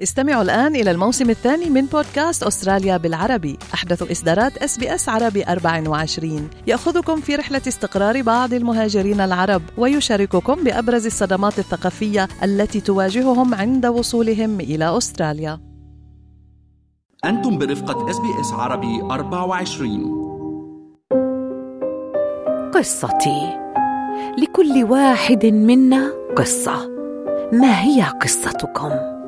استمعوا الآن إلى الموسم الثاني من بودكاست أستراليا بالعربي، أحدث إصدارات SBS عربي 24، يأخذكم في رحلة استقرار بعض المهاجرين العرب ويشارككم بأبرز الصدمات الثقافية التي تواجههم عند وصولهم إلى أستراليا. أنتم برفقة SBS عربي 24. قصتي، لكل واحد منا قصة. ما هي قصتكم؟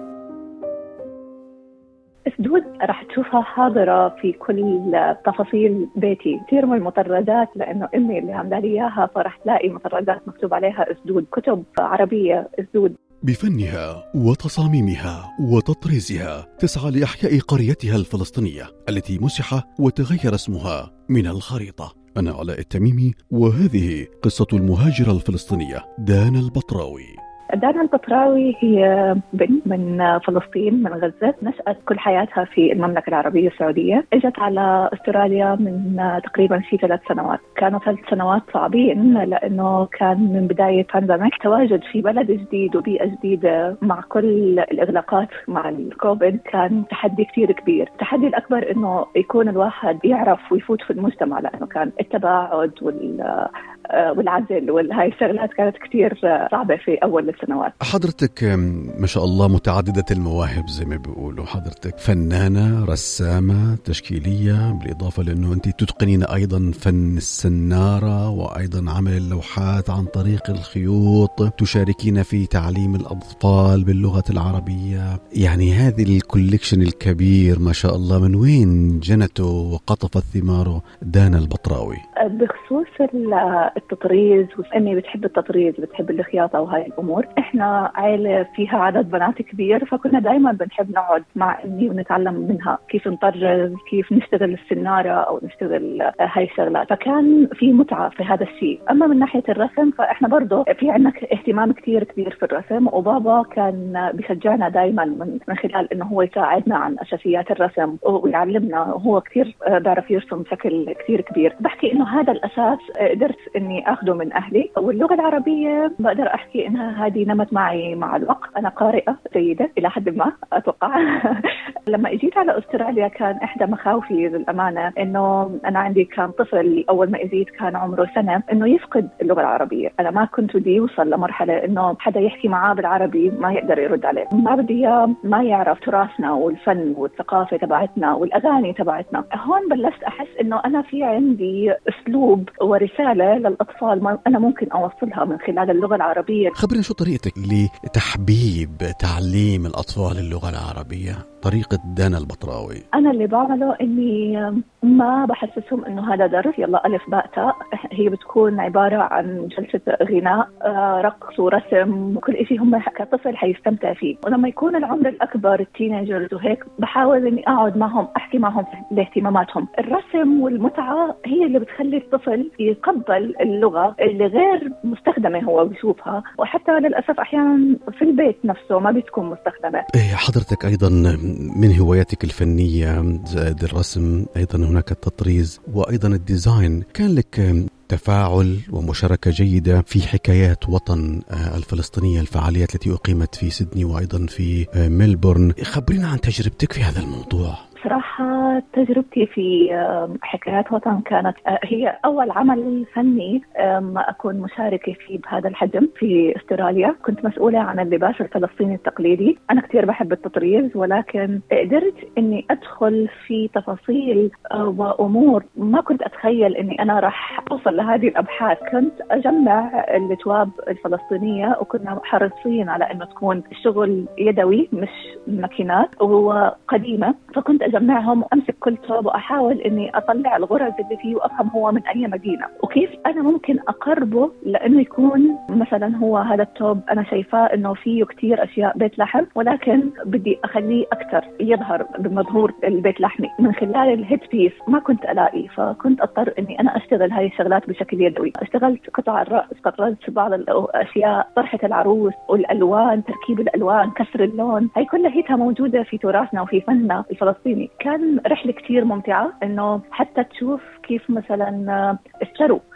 اسدود راح تشوفها حاضرة في كل تفاصيل بيتي. كثير من المطردات لأنه أمي اللي عاملة لي إياها، فرح تلاقي مطردات مكتوب عليها اسدود، كتب عربية اسدود. بفنها وتصاميمها وتطريزها تسعى لإحياء قريتها الفلسطينية التي مسح وتغير اسمها من الخريطة. أنا علاء التميمي، وهذه قصة المهاجرة الفلسطينية دانا البطراوي. دانا البطراوي هي بنت من فلسطين، من غزة، نشأت كل حياتها في المملكة العربية السعودية. اجت على أستراليا من تقريبا 3 سنوات. كانوا 3 سنوات صعبين لأنه كان من بداية بانديميك، تواجد في بلد جديد وبيئة جديدة مع كل الإغلاقات مع الكوفيد كان تحدي كتير كبير. التحدي الأكبر إنه يكون الواحد يعرف ويفوت في المجتمع، لأنه كان التباعد والعزل والهاي الشغلات كانت كتير صعبة في أول السنوات. حضرتك ما شاء الله متعددة المواهب زي ما بيقولوا، حضرتك فنانة، رسامة، تشكيلية، بالإضافة لأنه أنت تتقنين أيضا فن السنارة وأيضا عمل اللوحات عن طريق الخيوط، تشاركين في تعليم الأطفال باللغة العربية. يعني هذه الكوليكشن الكبير ما شاء الله، من وين جنته وقطفت ثماره دانا البطراوي؟ بخصوص التطريز، وأمي بتحب التطريز، بتحب الخياطة وهاي الأمور. إحنا عائلة فيها عدد بنات كبير، فكنا دايما بنحب نقعد مع أمي ونتعلم منها كيف نطرز، كيف نشتغل السنارة أو نشتغل هاي الشغلات. فكان في متعة في هذا الشيء. أما من ناحية الرسم، فإحنا برضو في عنا اهتمام كتير كبير في الرسم، وبابا كان بيشجعنا دايما من خلال إنه هو يساعدنا عن أساسيات الرسم ويعلمنا. هو كتير بيعرف يرسم بشكل كتير كبير. بحكي إنه هذا الأساس قدرت إني أخذه من أهلي. واللغة العربية بقدر أحكي إنها هذه نمت معي مع الوقت. أنا قارئة جيدة إلى حد ما أتوقع. لما إجيت على أستراليا كان إحدى مخاوفي للأمانة إنه أنا عندي كان طفل أول ما إجيت كان عمره سنة إنه يفقد اللغة العربية. أنا ما كنت بدي يوصل لمرحلة إنه حدا يحكي معاه بالعربي ما يقدر يرد عليه. ما بدي ما يعرف تراثنا والفن والثقافة تبعتنا والأغاني تبعتنا. هون بلشت أحس إنه أنا في عندي أسلوب ورسالة للأطفال ما أنا ممكن أوصلها من خلال اللغة العربية. خبرنا شو طريقتك لتحبيب تعليم الأطفال اللغة العربية، طريقة دانا البطراوي؟ أنا اللي بعمله إني ما بحسسهم إنه هذا درس يلا ألف باء تاء. هي بتكون عبارة عن جلسة غناء، رقص ورسم، وكل إشي هم كطفل حيستمتع فيه. ولما يكون العمر الأكبر التينيجرز وهيك بحاول إني أقعد معهم أحكي معهم في اهتماماتهم. الرسم والمتعة هي اللي بتخلي الطفل يقبل اللغة اللي غير مستخدمة هو بيشوفها، وحتى للأسف أحيانا في البيت نفسه ما بتكون مستخدمة. حضرتك أيضا من هواياتك الفنية زائد الرسم أيضا هناك التطريز وأيضا الديزاين. كان لك تفاعل ومشاركة جيدة في حكايات وطن الفلسطينية، الفعاليات التي أقيمت في سيدني وأيضا في ملبورن. خبرينا عن تجربتك في هذا الموضوع. صراحة تجربتي في حكايات وطن كانت هي أول عمل فني أكون مشاركة فيه بهذا الحجم في أستراليا. كنت مسؤولة عن اللباس الفلسطيني التقليدي. أنا كتير بحب التطريز، ولكن قدرت إني أدخل في تفاصيل وأمور ما كنت أتخيل إني أنا راح أوصل لهذه الأبحاث. كنت أجمع التواب الفلسطينية، وكنا حريصين على إنه تكون الشغل يدوي مش ماكينات وقديمة. فكنت أجمعهم وأمسك كل توب وأحاول إني أطلع الغرز اللي فيه وأفهم هو من أي مدينة وكيف أنا ممكن أقربه لأنه يكون مثلا هو هذا التوب أنا شايفاه إنه فيه كتير أشياء بيت لحم، ولكن بدي أخليه أكثر يظهر بمظهور البيت لحمي من خلال الهيد بيس. ما كنت ألاقي، فكنت أضطر إني أنا أشتغل هاي الشغلات بشكل يدوي. اشتغلت قطع الرأس، قررت بعض الأشياء، طرحة العروس والألوان، تركيب الألوان، كسر اللون. هاي كلها هيتها موجودة في تراثنا وفي فننا الفلسطيني. كان رحلة كتير ممتعة إنه حتى تشوف كيف مثلا اشتروا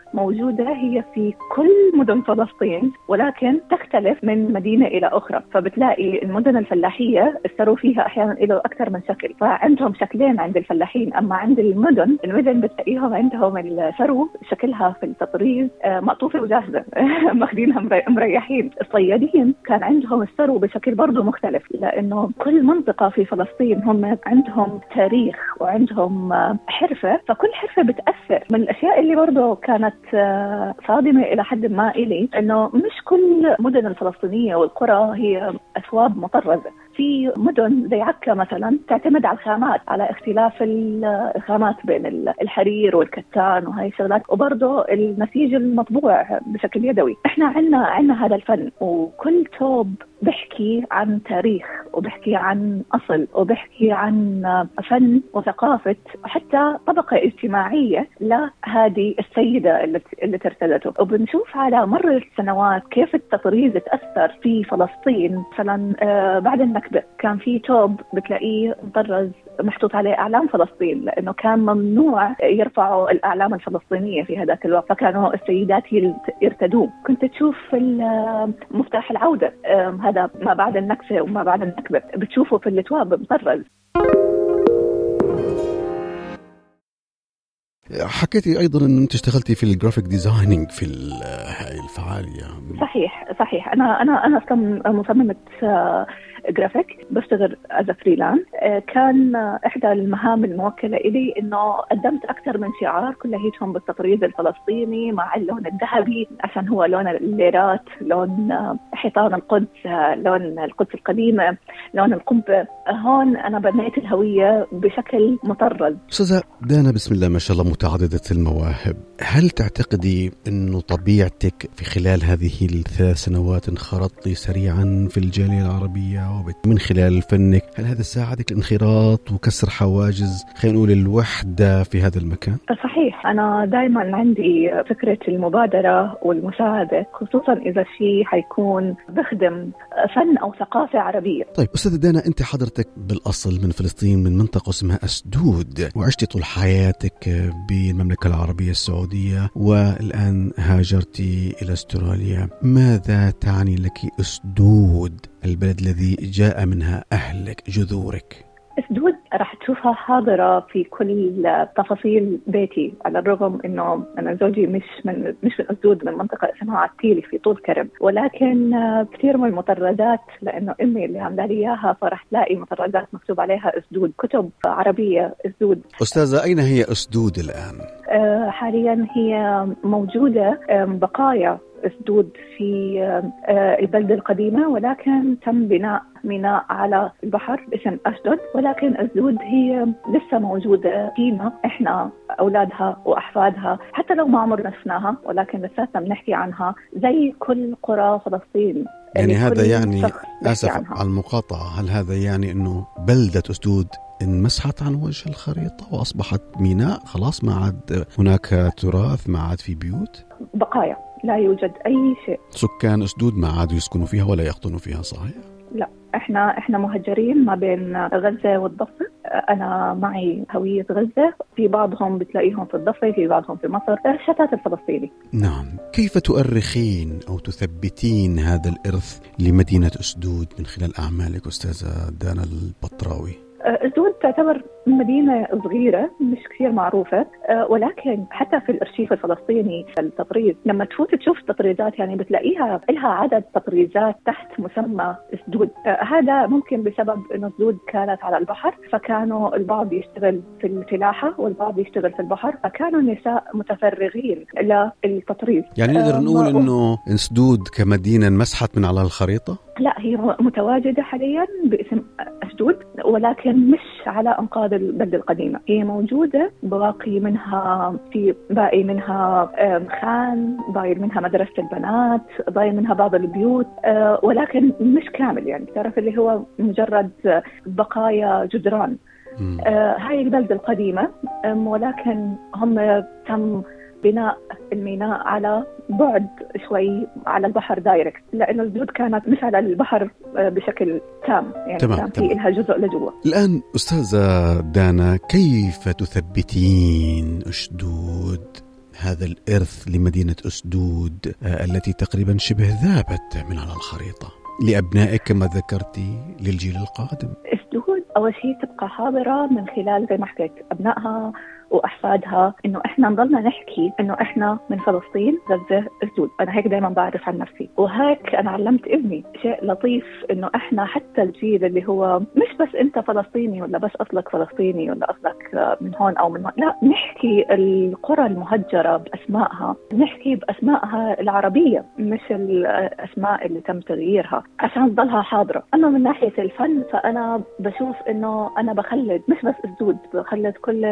موجودة هي في كل مدن فلسطين، ولكن تختلف من مدينة إلى أخرى. فبتلاقي المدن الفلاحية الثرو فيها أحيانا له أكثر من شكل، فعندهم شكلين عند الفلاحين. أما عند المدن بتلاقيهم عندهم الثرو شكلها في التطريز مقطوفة وجاهزة ماخدينها مريحين. الصيادين كان عندهم الثرو بشكل برضو مختلف، لأنه كل منطقة في فلسطين هم عندهم تاريخ وعندهم حرفة، فكل حرفة بتأثر. من الأشياء اللي برضو كانت صادمة إلى حد ما إلي إنه مش كل مدن الفلسطينية والقرى هي أثواب مطرزة. في مدن زي عكا مثلا تعتمد على الخامات، على اختلاف الخامات بين الحرير والكتان وهي الشغلات، وبرضه النسيج المطبوع بشكل يدوي. احنا عنا هذا الفن، وكل ثوب بحكي عن تاريخ وبحكي عن أصل وبحكي عن فن وثقافة، حتى طبقة اجتماعية لهذه السيدة اللي ترتدته. وبنشوف على مر السنوات كيف التطريز تأثر في فلسطين. مثلا بعد النكبة كان في توب بتلاقيه مطرز محطوط عليه أعلام فلسطين، لأنه كان ممنوع يرفعوا الأعلام الفلسطينية في هذاك الوقت، فكانوا السيدات يرتدوه. كنت تشوف مفتاح العودة هذا ما بعد النكسة وما بعد النكبة بتشوفه في التواب مطرز. حكيتي أيضا أن أنت اشتغلتي في الجرافيك ديزايننج في هاي الفعالية. صحيح. أنا أصلا مصممة جرافيك، بشتغل از فريلانس. كان إحدى المهام الموكلة إلي إنه قدمت أكثر من شعار كلهم بالتطريز الفلسطيني مع اللون الذهبي، عشان هو لون الليرات، لون حيطان القدس، لون القدس القديمة، لون القبة. هون أنا بنيت الهوية بشكل مطرز. أستاذة دانا، بسم الله ما شاء الله متعددة المواهب، هل تعتقدي إنه طبيعتك في خلال هذه ال3 سنوات انخرطتي سريعا في الجالية العربية من خلال فنك؟ هل هذا ساعدك الانخراط وكسر حواجز خلينا نقول الوحدة في هذا المكان؟ صحيح، أنا دائما عندي فكرة المبادرة والمساعدة، خصوصا إذا شيء حيكون بخدم فن أو ثقافة عربية. طيب أستاذة دانا، أنت حضرتك بالأصل من فلسطين، من منطقة اسمها أسدود، وعشتي طول حياتك بالمملكة العربية السعودية، والآن هاجرتي إلى أستراليا. ماذا تعني لك أسدود، البلد الذي جاء منها أهلك، جذورك؟ أسدود راح تشوفها حاضرة في كل تفاصيل بيتي، على الرغم إنه أنا زوجي مش من أسدود، من منطقة اسمها عتيلي في طول كرم، ولكن كثير من المطرزات لأنه أمي اللي عاملة لي إياها، فرح تلاقي مطرزات مكتوب عليها أسدود، كتب عربية أسدود. أستاذة، أين هي أسدود الآن؟ حاليا هي موجودة بقايا أسدود في البلدة القديمة، ولكن تم بناء ميناء على البحر باسم أسدود، ولكن أسدود هي لسه موجودة فينا إحنا أولادها وأحفادها، حتى لو ما عمرنا شفناها، ولكن لساتنا بنحكي عنها زي كل قرى فلسطين. يعني هذا يعني، آسف على المقاطعة، هل هذا يعني أنه بلدة أسدود انمسحت عن وجه الخريطة وأصبحت ميناء خلاص، ما عاد هناك تراث، ما عاد في بيوت؟ بقايا، لا يوجد أي شيء. سكان أسدود ما عادوا يسكنوا فيها ولا يقطنوا فيها، صحيح؟ لا، احنا مهجرين ما بين غزة والضفة. أنا معي هوية غزة، في بعضهم بتلاقيهم في الضفة، في بعضهم في مصر، شتات الفلسطيني. نعم. كيف تؤرخين أو تثبتين هذا الإرث لمدينة أسدود من خلال أعمالك أستاذة دانا البطراوي؟ أسدود تعتبر مدينة صغيرة مش كثير معروفة، ولكن حتى في الأرشيف الفلسطيني التطريز لما تفوت تشوف التطريزات يعني بتلاقيها لها عدد تطريزات تحت مسمى أسدود. هذا ممكن بسبب أن أسدود كانت على البحر، فكانوا البعض يشتغل في الفلاحة والبعض يشتغل في البحر، فكانوا النساء متفرغين للتطريز. يعني نقدر نقول أنه أسدود كمدينة انمسحت من على الخريطة؟ لا، هي متواجدة حاليا باسم أسدود، ولكن مش على أنقاض البلدة القديمة. هي موجودة باقي منها خان، ضايل منها مدرسة البنات، ضايل منها بعض البيوت، ولكن مش كامل، يعني تعرف اللي هو مجرد بقايا جدران. هاي البلدة القديمة، ولكن هم تم بناء الميناء على بعد شوي على البحر دايركت، لأنه الأسدود كانت مش على البحر بشكل تام، يعني كان في لها جزء لجوا. الآن أستاذة دانا، كيف تثبتين أسدود هذا الإرث لمدينة أسدود التي تقريبا شبه ذابت من على الخريطة لأبنائك كما ذكرتي للجيل القادم؟ أسدود أول شيء تبقى حاضرة من خلال زي ما حكيت أبنائها وأحفادها، إنه إحنا نضلنا نحكي إنه إحنا من فلسطين غزة أسدود. أنا هيك دايما بعرف عن نفسي، وهيك أنا علمت ابني شيء لطيف، إنه إحنا حتى الجيل اللي هو مش بس أنت فلسطيني ولا بس أصلك فلسطيني ولا أصلك من هون أو من هون، لا، نحكي القرى المهجرة بأسمائها، نحكي بأسمائها العربية مش الأسماء اللي تم تغييرها عشان تضلها حاضرة. أما من ناحية الفن فأنا بشوف إنه أنا بخلد مش بس أسدود، بخلد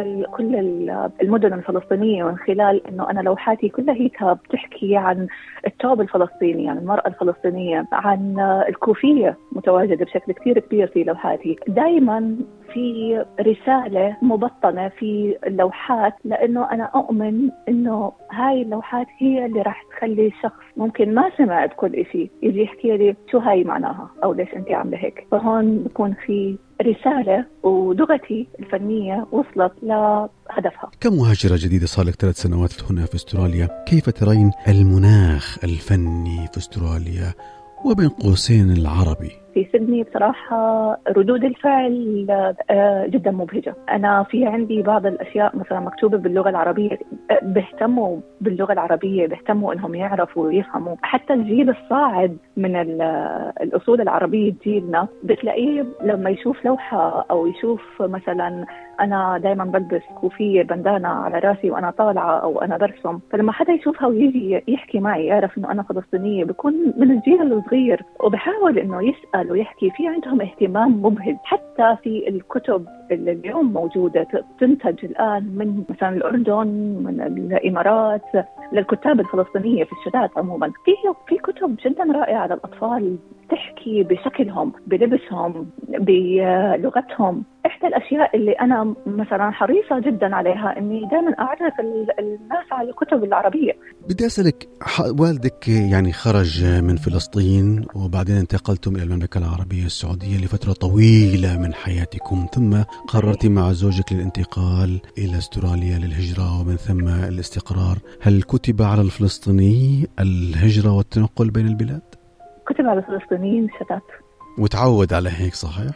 كل المدن الفلسطينية من خلال إنه أنا لوحاتي كلها هيك بتحكي عن الثوب الفلسطيني، عن المرأة الفلسطينية، عن الكوفية متواجدة بشكل كتير كبير في لوحاتي. دايما في رسالة مبطنة في اللوحات، لأنه أنا أؤمن إنه هاي اللوحات هي اللي راح تخلي الشخص ممكن ما سمع بكل إشي يجي يحكي لي شو هاي معناها أو ليش أنت عاملة هيك. فهون بكون في رسالة ولغتي الفنية وصلت لهدفها. كمهاجرة جديدة صار لك 3 سنوات هنا في أستراليا، كيف ترين المناخ الفني في أستراليا وبين قوسين العربي؟ في سيدني بصراحة ردود الفعل جدا مبهجة. أنا في عندي بعض الأشياء مثلا مكتوبة باللغة العربية، بيهتموا باللغة العربية، بيهتموا إنهم يعرفوا ويفهموا. حتى الجيل الصاعد من الأصول العربية جيلنا بتلاقيه لما يشوف لوحة أو يشوف مثلا أنا دايما بلبس كوفية بندانة على راسي وأنا طالعة أو أنا برسم، فلما حدا يشوفها ويجي يحكي معي يعرف إنه أنا فلسطينية، بيكون من الجيل الصغير وبحاول إنه يسأل ويحكي. في عندهم اهتمام مبهج حتى في الكتب اللي اليوم موجودة تنتج الآن من مثلا الأردن، من الإمارات، للكتاب الفلسطينية في الشتات عموما. في كتب جدا رائعة للأطفال تحكي بشكلهم، بلبسهم، بلغتهم. إحدى الأشياء اللي أنا مثلا حريصة جدا عليها إني دائما أعرف الناس على الكتب العربية. بدي أسألك، والدك يعني خرج من فلسطين وبعدين انتقلتم إلى المملكة العربية السعودية لفترة طويلة من حياتكم، ثم قررت مع زوجك للانتقال إلى أستراليا للهجرة ومن ثم الاستقرار. هل كتب على الفلسطيني الهجرة والتنقل بين البلاد؟ كتب على الفلسطينيين الشتات، وتعود على هيك صحيح؟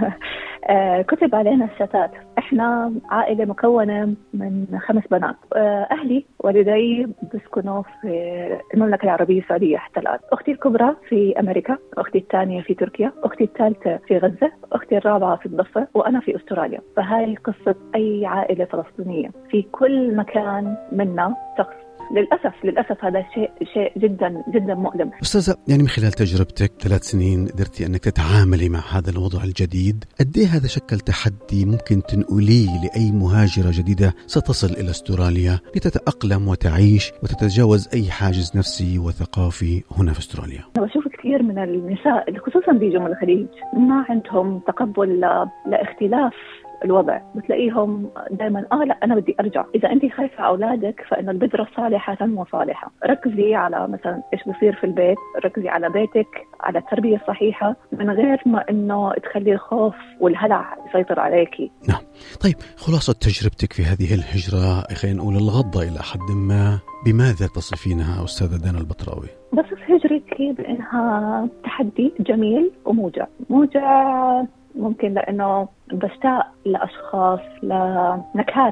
كتب علينا الشتات. احنا عائلة مكونة من 5 بنات. اهلي والدي بيسكنوا في المملكة العربية السعودية حتى الآن. اختي الكبرى في امريكا، اختي الثانية في تركيا، اختي الثالثة في غزة، اختي الرابعة في الضفة، وانا في استراليا. فهاي قصة اي عائلة فلسطينية، في كل مكان منا شخص. للأسف هذا شيء جدا جدا مؤلم. أستاذة، يعني من خلال تجربتك 3 سنين قدرتي أنك تتعاملي مع هذا الوضع الجديد، قد إيه هذا شكل تحدي ممكن تنقليه لأي مهاجرة جديدة ستصل إلى أستراليا لتتأقلم وتعيش وتتجاوز أي حاجز نفسي وثقافي هنا في أستراليا؟ أنا بشوف كثير من النساء اللي خصوصا بيجوا من الخليج ما عندهم تقبل لاختلاف الوضع. بتلاقيهم دائما لا أنا بدي أرجع. إذا أنت خايفة أولادك فإن البذرة الصالحة تنمو صالحة. ركزي على مثلا إيش بصير في البيت، ركزي على بيتك، على التربية الصحيحة، من غير ما إنه تخلي الخوف والهلع يسيطر عليكي. نعم. طيب، خلاصة تجربتك في هذه الهجرة، خلينا نقول الغضة إلى حد ما، بماذا تصفينها أستاذة دانا البطراوي؟ بصف هجرتي بأنها تحدي جميل وموجع. موجع ممكن لأنه بشتاق لأشخاص، لنكهات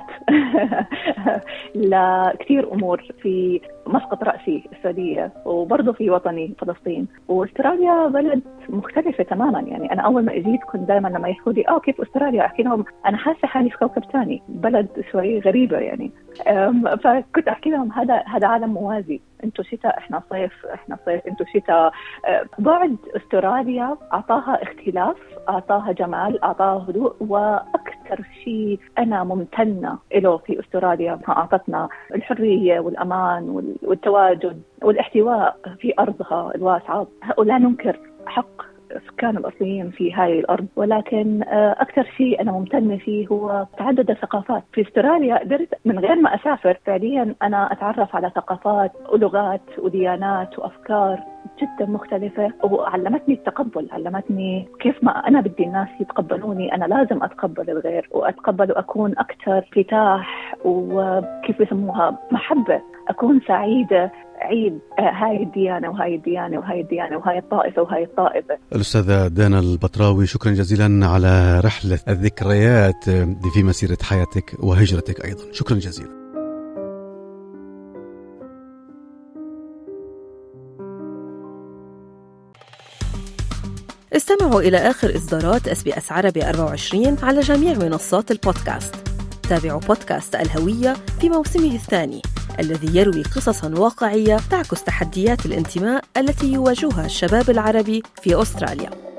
لكثير أمور في مسقط رأسي السعودية، وبرضه في وطني فلسطين. وأستراليا بلد مختلفة تماما. يعني أنا أول ما أجيت كنت دائما لما يحكوا لي كيف أستراليا، أحكي لهم أنا حاسة حالي في كوكب ثاني، بلد شوي غريبة يعني. فكنت أحكي لهم هذا عالم موازي، أنتوا شتاء إحنا صيف، إحنا صيف أنتوا شتاء. بعد أستراليا أعطاها اختلاف، أعطاها جمال، أعطاها هدوء. وأكثر شيء أنا ممتنة له في أستراليا، أعطتنا الحرية والأمان والتواجد والاحتواء في أرضها الواسعة. ولا ننكر حق السكان الأصليين في هاي الأرض، ولكن أكثر شيء أنا ممتنة فيه هو تعدد الثقافات. في أستراليا قدرت من غير ما أسافر فعليا أنا أتعرف على ثقافات ولغات وديانات وأفكار جدا مختلفة، وعلمتني التقبل، علمتني كيف ما أنا بدي الناس يتقبلوني أنا لازم أتقبل الغير وأتقبل وأكون أكثر انفتاح وكيف يسموها محبة، أكون سعيدة عيد هاي الديانة وهاي الديانة وهاي الديانة وهاي الطائفة وهاي الطائفة. الأستاذة دانا البطراوي، شكرا جزيلا على رحلة الذكريات في مسيرة حياتك وهجرتك أيضا، شكرا جزيلا. استمعوا إلى آخر إصدارات SBS عربي 24 على جميع منصات البودكاست. تابعوا بودكاست الهوية في موسمه الثاني الذي يروي قصصاً واقعية تعكس تحديات الانتماء التي يواجهها الشباب العربي في أستراليا.